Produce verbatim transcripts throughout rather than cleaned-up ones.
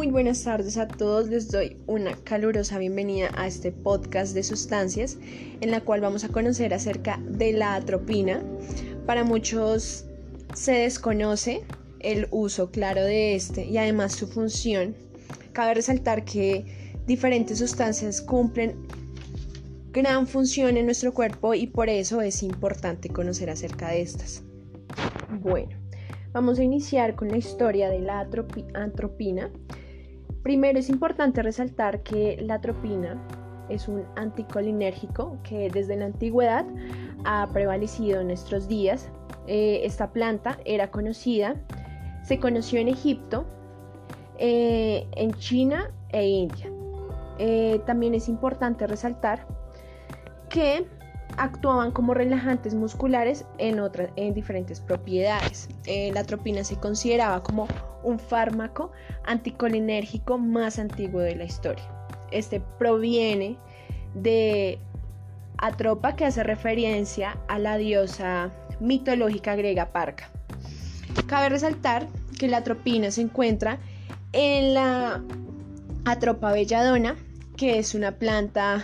Muy buenas tardes a todos, les doy una calurosa bienvenida a este podcast de sustancias en la cual vamos a conocer acerca de la atropina. Para muchos se desconoce el uso claro de este y además su función. Cabe resaltar que diferentes sustancias cumplen gran función en nuestro cuerpo y por eso es importante conocer acerca de estas. Bueno, vamos a iniciar con la historia de la atropi- atropina. Primero es importante resaltar que la atropina es un anticolinérgico que desde la antigüedad ha prevalecido en nuestros días. Eh, esta planta era conocida, se conoció en Egipto, eh, en China e India. Eh, también es importante resaltar que actuaban como relajantes musculares en, otras, en diferentes propiedades. Eh, la atropina se consideraba como un fármaco anticolinérgico más antiguo de la historia. Este proviene de Atropa, que hace referencia a la diosa mitológica griega Parca. Cabe resaltar que la atropina se encuentra en la Atropa belladona, que es una planta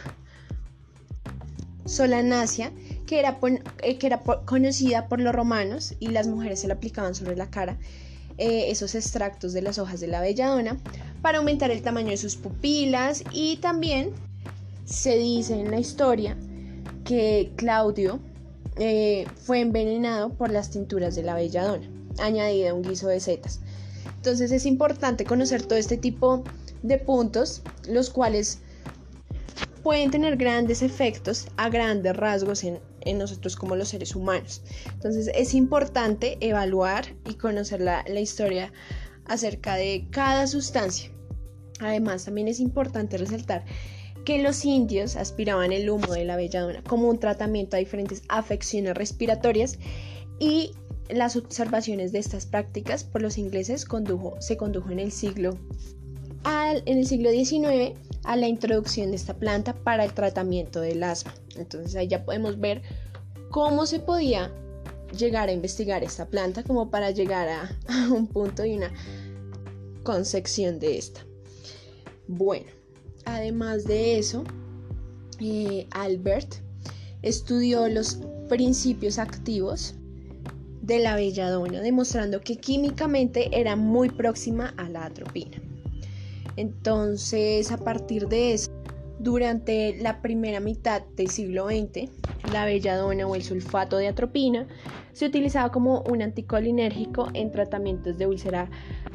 solanácea que era, eh, que era por, conocida por los romanos, y las mujeres se la aplicaban sobre la cara eh, esos extractos de las hojas de la belladona para aumentar el tamaño de sus pupilas. Y también se dice en la historia que Claudio eh, fue envenenado por las tinturas de la belladona añadida a un guiso de setas. Entonces es importante conocer todo este tipo de puntos, los cuales pueden tener grandes efectos a grandes rasgos en, en nosotros como los seres humanos. Entonces es importante evaluar y conocer la, la historia acerca de cada sustancia. Además, también es importante resaltar que los indios aspiraban el humo de la belladona como un tratamiento a diferentes afecciones respiratorias, y las observaciones de estas prácticas por los ingleses condujo, se condujo en el siglo al, en el siglo diecinueve a la introducción de esta planta para el tratamiento del asma. Entonces ahí ya podemos ver cómo se podía llegar a investigar esta planta como para llegar a, a un punto y una concepción de esta. Bueno, además de eso, eh, Albert estudió los principios activos de la belladona, demostrando que químicamente era muy próxima a la atropina. Entonces, a partir de eso, durante la primera mitad del siglo veinte, la belladona o el sulfato de atropina se utilizaba como un anticolinérgico en tratamientos de úlcera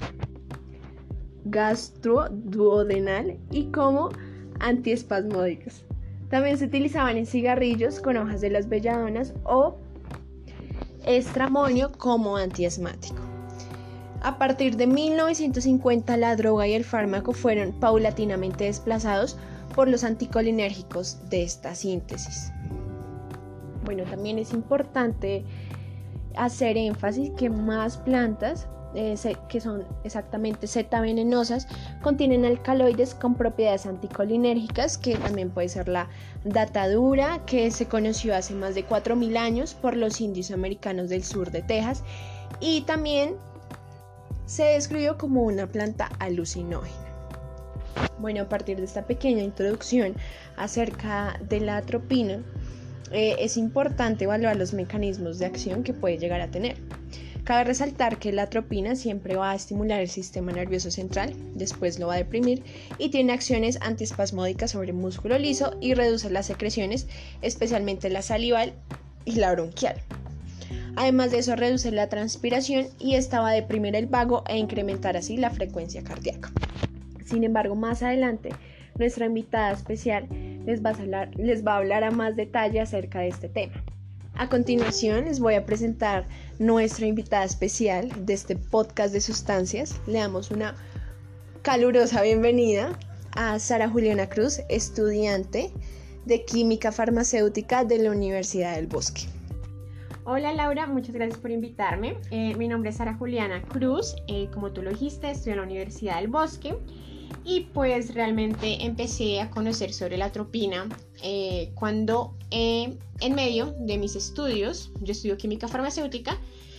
gastroduodenal y como antiespasmódicos. También se utilizaban en cigarrillos con hojas de las belladonas o estramonio como antiasmático. A partir de mil novecientos cincuenta, la droga y el fármaco fueron paulatinamente desplazados por los anticolinérgicos de esta síntesis. Bueno, también es importante hacer énfasis que más plantas, eh, que son exactamente zeta-venenosas, contienen alcaloides con propiedades anticolinérgicas, que también puede ser la datadura, que se conoció hace más de cuatro mil años por los indios americanos del sur de Texas, y también se describió como una planta alucinógena. Bueno, a partir de esta pequeña introducción acerca de la atropina, eh, es importante evaluar los mecanismos de acción que puede llegar a tener. Cabe resaltar que la atropina siempre va a estimular el sistema nervioso central, después lo va a deprimir y tiene acciones antiespasmódicas sobre el músculo liso y reduce las secreciones, especialmente la salival y la bronquial. Además de eso, reduce la transpiración y esta va a deprimir el vago e incrementar así la frecuencia cardíaca. Sin embargo, más adelante, nuestra invitada especial les va a hablar, les va a hablar a más detalle acerca de este tema. A continuación, les voy a presentar nuestra invitada especial de este podcast de sustancias. Le damos una calurosa bienvenida a Sara Juliana Cruz, estudiante de Química Farmacéutica de la Universidad del Bosque. Hola Laura, muchas gracias por invitarme. Eh, mi nombre es Sara Juliana Cruz, eh, como tú lo dijiste, estudio en la Universidad del Bosque y pues realmente empecé a conocer sobre la atropina eh, cuando eh, en medio de mis estudios, yo estudio química farmacéutica,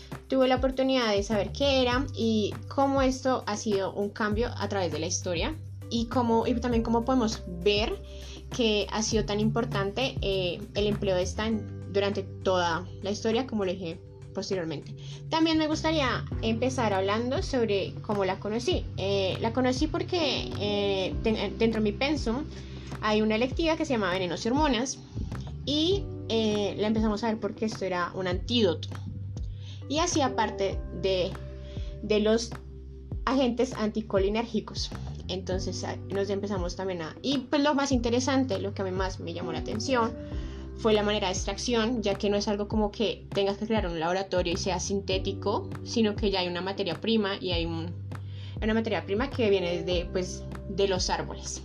tuve la oportunidad de saber qué era y cómo esto ha sido un cambio a través de la historia y, cómo, y también cómo podemos ver que ha sido tan importante eh, el empleo de esta en, durante toda la historia, como lo dije posteriormente. También me gustaría empezar hablando sobre cómo la conocí. Eh, la conocí porque eh, de, dentro de mi pensum hay una electiva que se llama Venenos y Hormonas y eh, la empezamos a ver porque esto era un antídoto y hacía parte de, de los agentes anticolinérgicos. Entonces nos empezamos también a... Y pues lo más interesante, lo que a mí más me llamó la atención fue la manera de extracción, ya que no es algo como que tengas que crear un laboratorio y sea sintético, sino que ya hay una materia prima y hay un, una materia prima que viene desde, pues, de los árboles.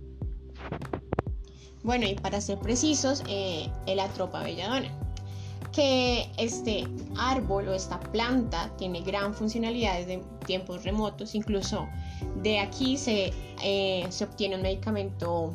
Bueno, y para ser precisos, eh, el Atropa belladona, que este árbol o esta planta tiene gran funcionalidad desde tiempos remotos. Incluso de aquí se, eh, se obtiene un medicamento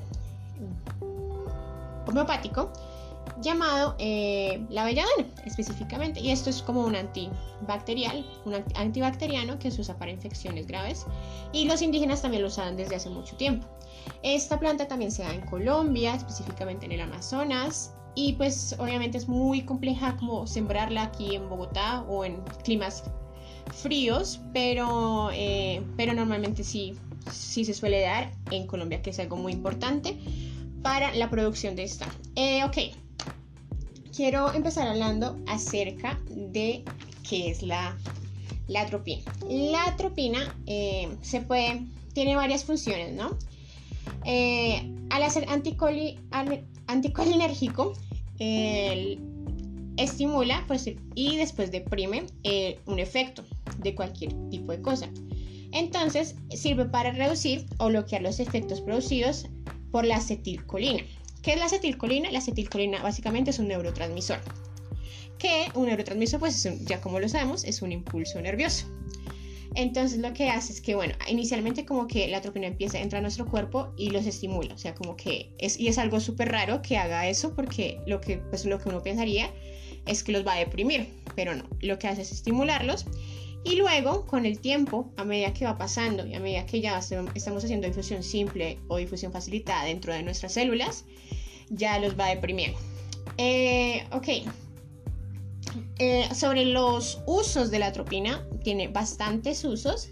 homeopático llamado eh, la belladona específicamente, y esto es como un antibacterial, un antibacteriano que se usa para infecciones graves y los indígenas también lo usaban desde hace mucho tiempo. Esta planta también se da en Colombia, específicamente en el Amazonas, y pues obviamente es muy compleja como sembrarla aquí en Bogotá o en climas fríos, pero, eh, pero normalmente sí, sí se suele dar en Colombia, que es algo muy importante para la producción de esta. Eh, ok, quiero empezar hablando acerca de qué es la, la atropina. La atropina eh, se puede, tiene varias funciones, ¿no? Eh, al hacer anticoli, al, anticolinérgico, eh, estimula pues, y después deprime eh, un efecto de cualquier tipo de cosa. Entonces sirve para reducir o bloquear los efectos producidos por la acetilcolina. ¿Qué es la acetilcolina? La acetilcolina básicamente es un neurotransmisor. Que un neurotransmisor, pues es un, ya como lo sabemos, es un impulso nervioso. Entonces lo que hace es que, bueno, inicialmente como que la atropina empieza a entrar a nuestro cuerpo y los estimula, o sea, como que es, y es algo súper raro que haga eso, porque lo que, pues, lo que uno pensaría es que los va a deprimir, pero no, lo que hace es estimularlos y luego con el tiempo, a medida que va pasando y a medida que ya estamos haciendo difusión simple o difusión facilitada dentro de nuestras células, ya los va deprimiendo. Eh, ok. Eh, sobre los usos de la atropina, tiene bastantes usos.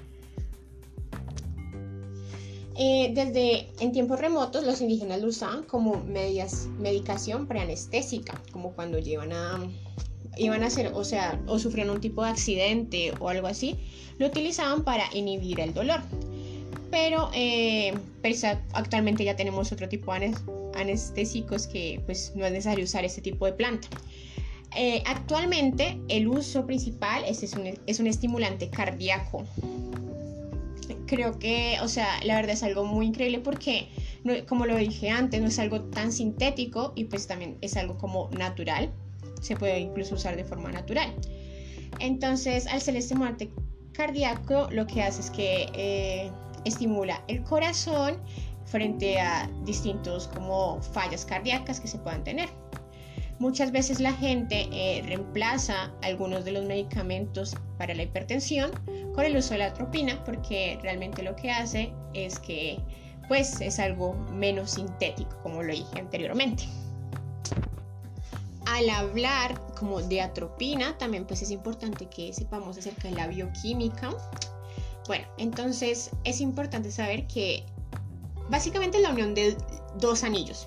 Eh, desde en tiempos remotos los indígenas lo usaban como medias, medicación preanestésica, como cuando llevan a, iban a hacer, o sea, o sufrían un tipo de accidente o algo así, lo utilizaban para inhibir el dolor. Pero eh, pues, actualmente ya tenemos otro tipo de anestésicos que pues no es necesario usar este tipo de planta. Eh, actualmente el uso principal es, es, un, es un estimulante cardíaco. Creo que, o sea, la verdad es algo muy increíble porque, no, como lo dije antes, no es algo tan sintético y pues también es algo como natural. Se puede incluso usar de forma natural. Entonces, al ser estimulante cardíaco, lo que hace es que eh, estimula el corazón frente a distintos como fallas cardíacas que se puedan tener. Muchas veces la gente eh, reemplaza algunos de los medicamentos para la hipertensión con el uso de la atropina porque realmente lo que hace es que pues es algo menos sintético, como lo dije anteriormente. Al hablar como de atropina, también pues es importante que sepamos acerca de la bioquímica. Bueno, entonces es importante saber que básicamente es la unión de dos anillos.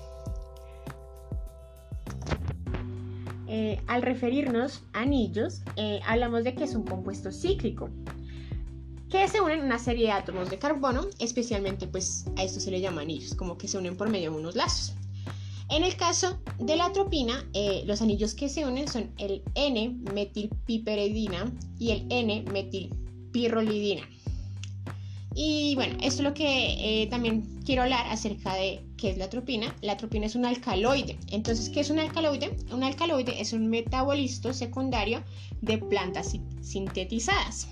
Eh, al referirnos a anillos, eh, hablamos de que es un compuesto cíclico que se unen una serie de átomos de carbono, especialmente pues a esto se le llama anillos, como que se unen por medio de unos lazos. En el caso de la atropina, eh, los anillos que se unen son el N-metilpiperidina y el N-metilpirrolidina. Y bueno, esto es lo que eh, también quiero hablar acerca de qué es la atropina. La atropina es un alcaloide. Entonces, ¿qué es un alcaloide? Un alcaloide es un metabolito secundario de plantas sintetizadas.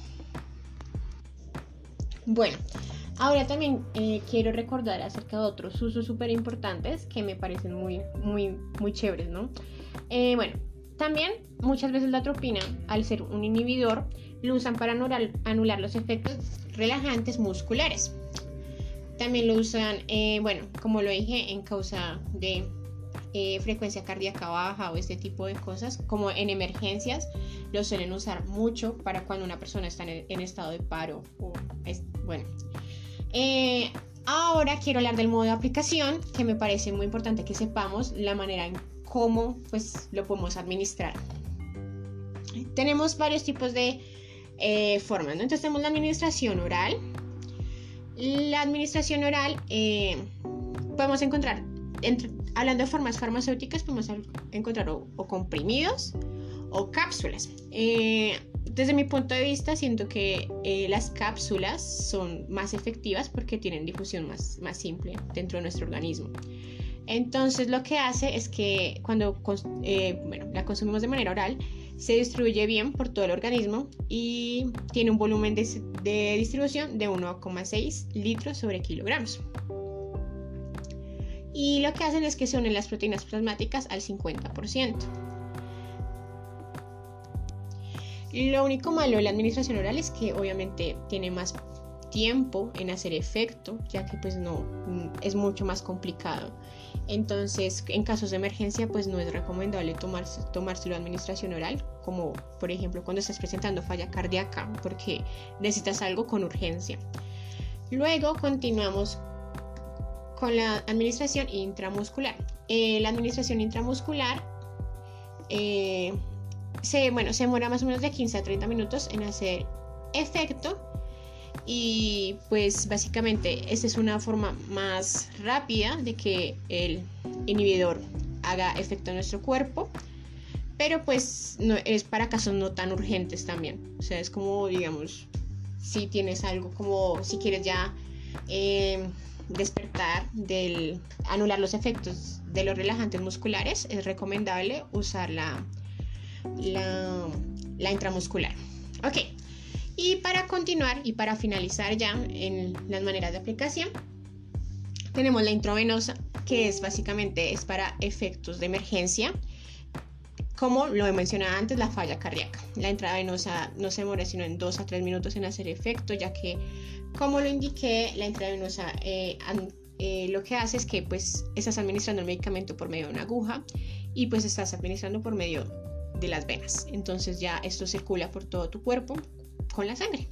Bueno, ahora también eh, quiero recordar acerca de otros usos súper importantes que me parecen muy, muy, muy chéveres, ¿no? Eh, bueno, También muchas veces la atropina, al ser un inhibidor, lo usan para anular, anular los efectos relajantes musculares. También lo usan, eh, bueno, como lo dije, en causa de eh, frecuencia cardíaca baja o este tipo de cosas, como en emergencias, lo suelen usar mucho para cuando una persona está en, en estado de paro. O es, bueno, eh, ahora quiero hablar del modo de aplicación, que me parece muy importante que sepamos la manera en cómo pues, lo podemos administrar. Tenemos varios tipos de eh, formas, ¿no? Entonces tenemos la administración oral. La administración oral eh, podemos encontrar, entre, hablando de formas farmacéuticas, podemos encontrar o, o comprimidos o cápsulas. Eh, desde mi punto de vista, siento que eh, las cápsulas son más efectivas porque tienen difusión más, más simple dentro de nuestro organismo. Entonces lo que hace es que cuando eh, bueno, la consumimos de manera oral, se distribuye bien por todo el organismo y tiene un volumen de, de distribución de uno coma seis litros sobre kilogramos. Y lo que hacen es que se unen las proteínas plasmáticas al cincuenta por ciento. Lo único malo de la administración oral es que obviamente tiene más tiempo en hacer efecto, ya que pues no es mucho más complicado. Entonces, en casos de emergencia, pues no es recomendable tomarse, tomárselo a administración oral, como por ejemplo cuando estás presentando falla cardíaca, porque necesitas algo con urgencia. Luego continuamos con la administración intramuscular. Eh, la administración intramuscular eh, se, bueno, se demora más o menos de quince a treinta minutos en hacer efecto. Y pues básicamente esta es una forma más rápida de que el inhibidor haga efecto en nuestro cuerpo, pero pues no, es para casos no tan urgentes también. O sea, es como, digamos, si tienes algo como si quieres ya eh, despertar del anular los efectos de los relajantes musculares, es recomendable usar la, la, la intramuscular. Ok. Y para continuar y para finalizar ya en las maneras de aplicación, tenemos la intravenosa, que es básicamente es para efectos de emergencia, como lo he mencionado antes, la falla cardíaca. La intravenosa no se demora sino en dos a tres minutos en hacer efecto, ya que, como lo indiqué, la intravenosa eh, eh, lo que hace es que pues estás administrando el medicamento por medio de una aguja y pues estás administrando por medio de las venas. Entonces ya esto circula por todo tu cuerpo con la sangre.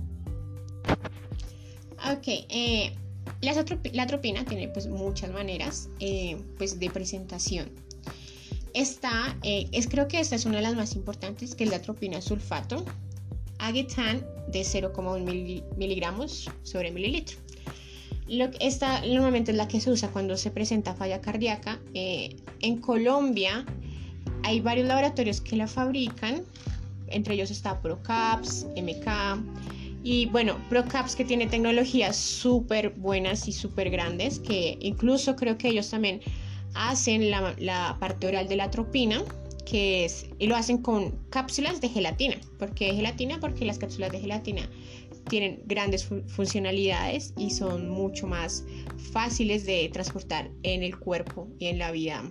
Ok, eh, la, atrop- la atropina tiene pues muchas maneras eh, pues de presentación. Esta, eh, es, creo que esta es una de las más importantes, que es la atropina sulfato, Agetan, de cero coma uno miligramos sobre mililitro. Lo, esta normalmente es la que se usa cuando se presenta falla cardíaca. Eh, en Colombia hay varios laboratorios que la fabrican. Entre ellos está ProCaps, M K y bueno, ProCaps, que tiene tecnologías súper buenas y súper grandes, que incluso creo que ellos también hacen la, la parte oral de la atropina, que es, y lo hacen con cápsulas de gelatina. ¿Por qué gelatina? Porque las cápsulas de gelatina tienen grandes fu- funcionalidades y son mucho más fáciles de transportar en el cuerpo y en la vía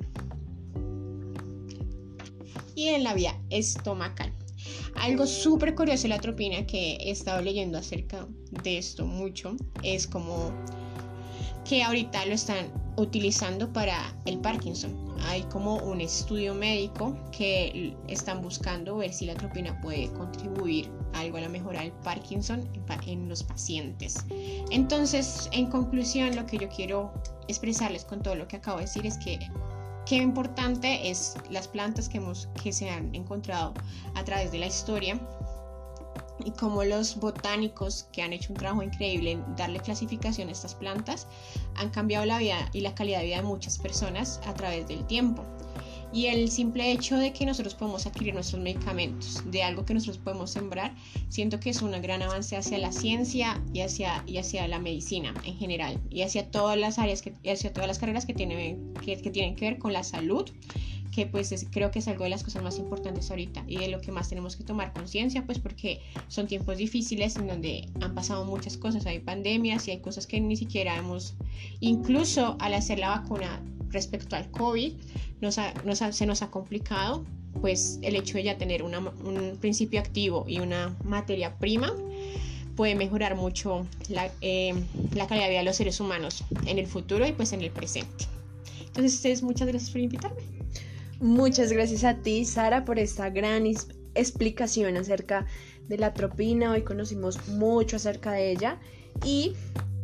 y en la vía estomacal. Algo súper curioso de la atropina, que he estado leyendo acerca de esto mucho, es como que ahorita lo están utilizando para el Parkinson. Hay como un estudio médico que están buscando ver si la atropina puede contribuir algo a la mejora del Parkinson en los pacientes. Entonces, en conclusión, lo que yo quiero expresarles con todo lo que acabo de decir es que qué importante es las plantas que, hemos, que se han encontrado a través de la historia, y cómo los botánicos, que han hecho un trabajo increíble en darle clasificación a estas plantas, han cambiado la vida y la calidad de vida de muchas personas a través del tiempo. Y el simple hecho de que nosotros podemos adquirir nuestros medicamentos de algo que nosotros podemos sembrar, siento que es un gran avance hacia la ciencia y hacia, y hacia la medicina en general, y hacia todas las áreas, que, y hacia todas las carreras que tienen que, que tienen que ver con la salud, que pues es, creo que es algo de las cosas más importantes ahorita y de lo que más tenemos que tomar conciencia, pues porque son tiempos difíciles en donde han pasado muchas cosas, hay pandemias y hay cosas que ni siquiera hemos, incluso al hacer la vacuna respecto al COVID, nos ha, nos ha, se nos ha complicado pues el hecho de ya tener una, un principio activo y una materia prima puede mejorar mucho la, eh, la calidad de vida de los seres humanos en el futuro y pues en el presente. Entonces, ustedes, muchas gracias por invitarme. Muchas gracias a ti, Sara, por esta gran explicación acerca de la atropina. Hoy conocimos mucho acerca de ella y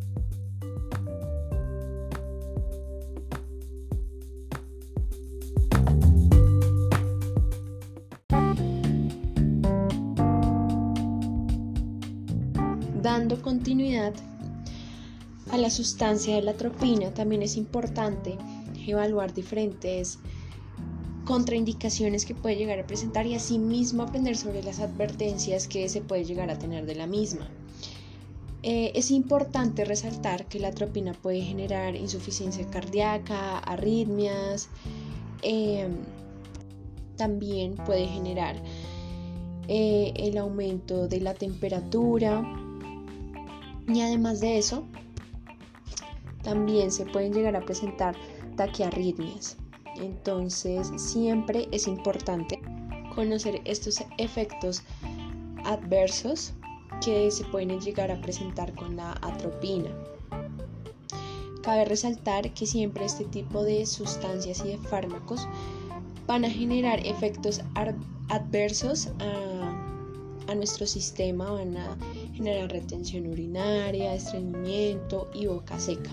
dando continuidad a la sustancia de la atropina, también es importante evaluar diferentes contraindicaciones que puede llegar a presentar y asimismo aprender sobre las advertencias que se puede llegar a tener de la misma. Eh, es importante resaltar que la atropina puede generar insuficiencia cardíaca, arritmias, eh, también puede generar eh, el aumento de la temperatura y además de eso también se pueden llegar a presentar taquiarritmias. Entonces siempre es importante conocer estos efectos adversos que se pueden llegar a presentar con la atropina. Cabe resaltar que siempre este tipo de sustancias y de fármacos van a generar efectos adversos a, a nuestro sistema, van a generar retención urinaria, estreñimiento y boca seca.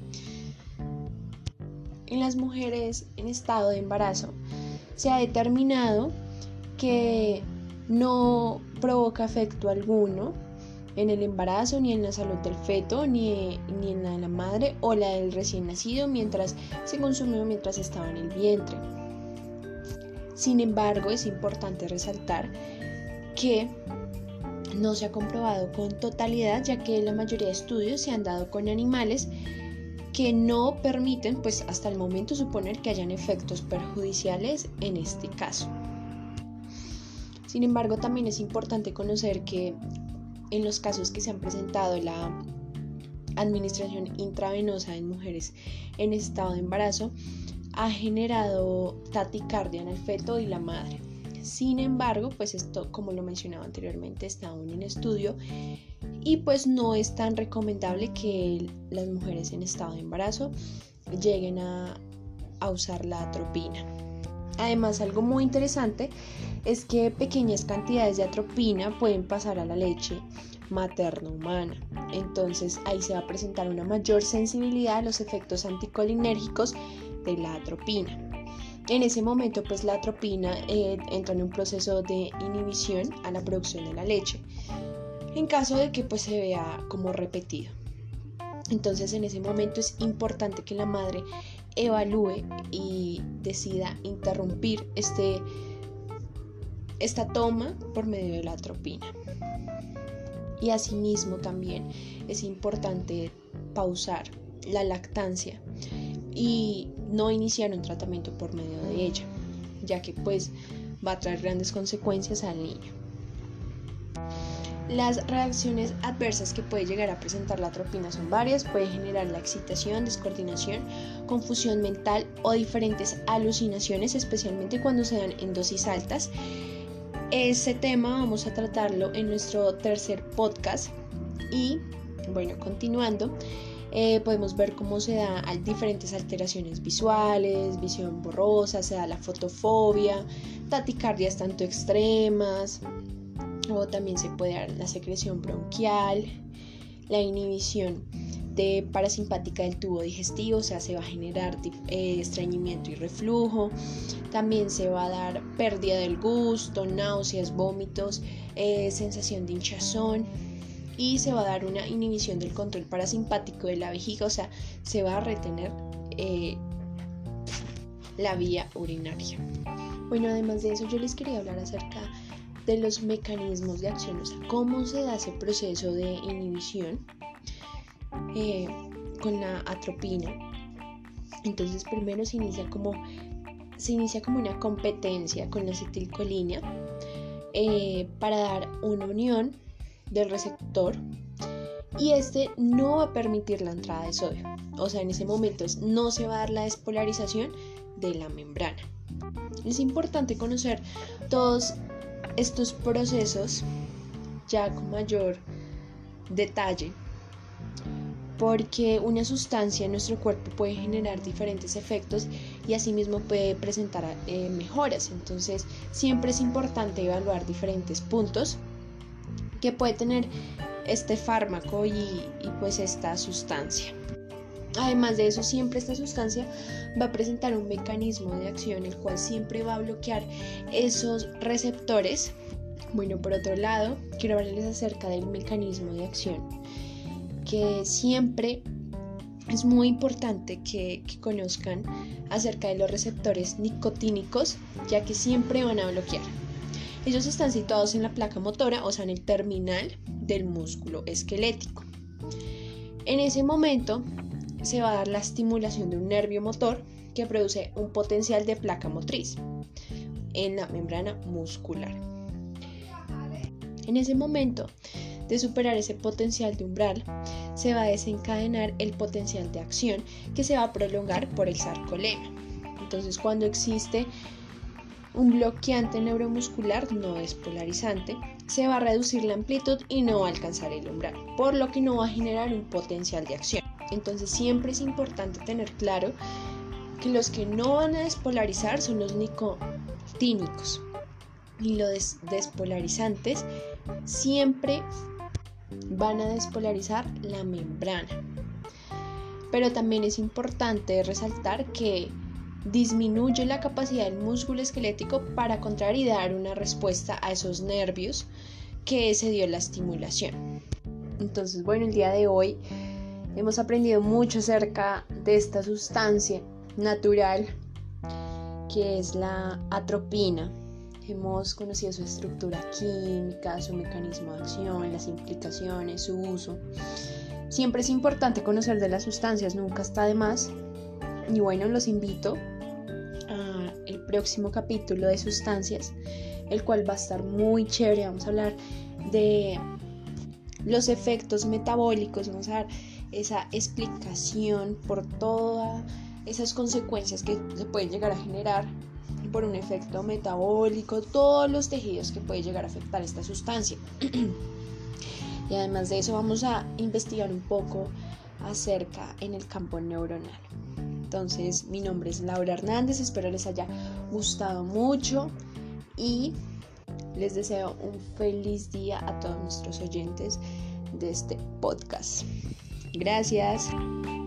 En las mujeres en estado de embarazo se ha determinado que no provoca efecto alguno en el embarazo, ni en la salud del feto, ni, ni en la de la madre o la del recién nacido mientras se consumió mientras estaba en el vientre. Sin embargo, es importante resaltar que no se ha comprobado con totalidad, ya que la mayoría de estudios se han dado con animales que no permiten, pues hasta el momento, suponer que hayan efectos perjudiciales en este caso. Sin embargo, también es importante conocer que en los casos que se han presentado la administración intravenosa en mujeres en estado de embarazo ha generado taquicardia en el feto y la madre. Sin embargo, pues esto, como lo mencionaba anteriormente, está aún en estudio y pues no es tan recomendable que las mujeres en estado de embarazo lleguen a, a usar la atropina. Además, algo muy interesante es que pequeñas cantidades de atropina pueden pasar a la leche materna humana. Entonces ahí se va a presentar una mayor sensibilidad a los efectos anticolinérgicos de la atropina. En ese momento, pues la atropina eh, entra en un proceso de inhibición a la producción de la leche, en caso de que pues se vea como repetido. Entonces, en ese momento es importante que la madre evalúe y decida interrumpir este, esta toma por medio de la atropina. Y asimismo también es importante pausar la lactancia y no iniciar un tratamiento por medio de ella, ya que pues va a traer grandes consecuencias al niño. Las reacciones adversas que puede llegar a presentar la atropina son varias. Puede generar la excitación, descoordinación, confusión mental o diferentes alucinaciones, especialmente cuando se dan en dosis altas. Ese tema vamos a tratarlo en nuestro tercer podcast. Y bueno, continuando, eh, podemos ver cómo se da diferentes alteraciones visuales, visión borrosa, se da la fotofobia, taquicardias tanto extremas, o también se puede dar la secreción bronquial, la inhibición de parasimpática del tubo digestivo, o sea, se va a generar eh, estreñimiento y reflujo. También se va a dar pérdida del gusto, náuseas, vómitos, eh, sensación de hinchazón, y se va a dar una inhibición del control parasimpático de la vejiga, o sea, se va a retener eh, la vía urinaria. Bueno, además de eso, yo les quería hablar acerca de los mecanismos de acción, o sea, cómo se da ese proceso de inhibición eh, con la atropina. Entonces, primero se inicia como se inicia como una competencia con la acetilcolina eh, para dar una unión del receptor, y este no va a permitir la entrada de sodio, o sea, en ese momento no se va a dar la despolarización de la membrana. Es importante conocer todos estos procesos ya con mayor detalle, porque una sustancia en nuestro cuerpo puede generar diferentes efectos y asimismo puede presentar eh, mejoras. Entonces siempre es importante evaluar diferentes puntos que puede tener este fármaco y, y pues esta sustancia. Además de eso, siempre esta sustancia va a presentar un mecanismo de acción el cual siempre va a bloquear esos receptores. Bueno, por otro lado, quiero hablarles acerca del mecanismo de acción, que siempre es muy importante que, que conozcan acerca de los receptores nicotínicos, ya que siempre van a bloquear. Ellos están situados en la placa motora, o sea, en el terminal del músculo esquelético. En ese momento se va a dar la estimulación de un nervio motor que produce un potencial de placa motriz en la membrana muscular. En ese momento de superar ese potencial de umbral, se va a desencadenar el potencial de acción que se va a prolongar por el sarcolema. Entonces, cuando existe un bloqueante neuromuscular no despolarizante, se va a reducir la amplitud y no va a alcanzar el umbral, por lo que no va a generar un potencial de acción. Entonces, siempre es importante tener claro que los que no van a despolarizar son los nicotínicos, y los des- despolarizantes siempre van a despolarizar la membrana. Pero también es importante resaltar que disminuye la capacidad del músculo esquelético para contraer y dar una respuesta a esos nervios que se dio la estimulación. Entonces, bueno, el día de hoy hemos aprendido mucho acerca de esta sustancia natural que es la atropina. Hemos conocido su estructura química, su mecanismo de acción, las implicaciones, su uso. Siempre es importante conocer de las sustancias, nunca está de más. Y bueno, los invito al próximo capítulo de sustancias, el cual va a estar muy chévere. Vamos a hablar de los efectos metabólicos, vamos a dar esa explicación por todas esas consecuencias que se pueden llegar a generar por un efecto metabólico, todos los tejidos que puede llegar a afectar esta sustancia. Y además de eso vamos a investigar un poco acerca en el campo neuronal. Entonces, mi nombre es Laura Hernández, espero les haya gustado mucho y les deseo un feliz día a todos nuestros oyentes de este podcast. Gracias.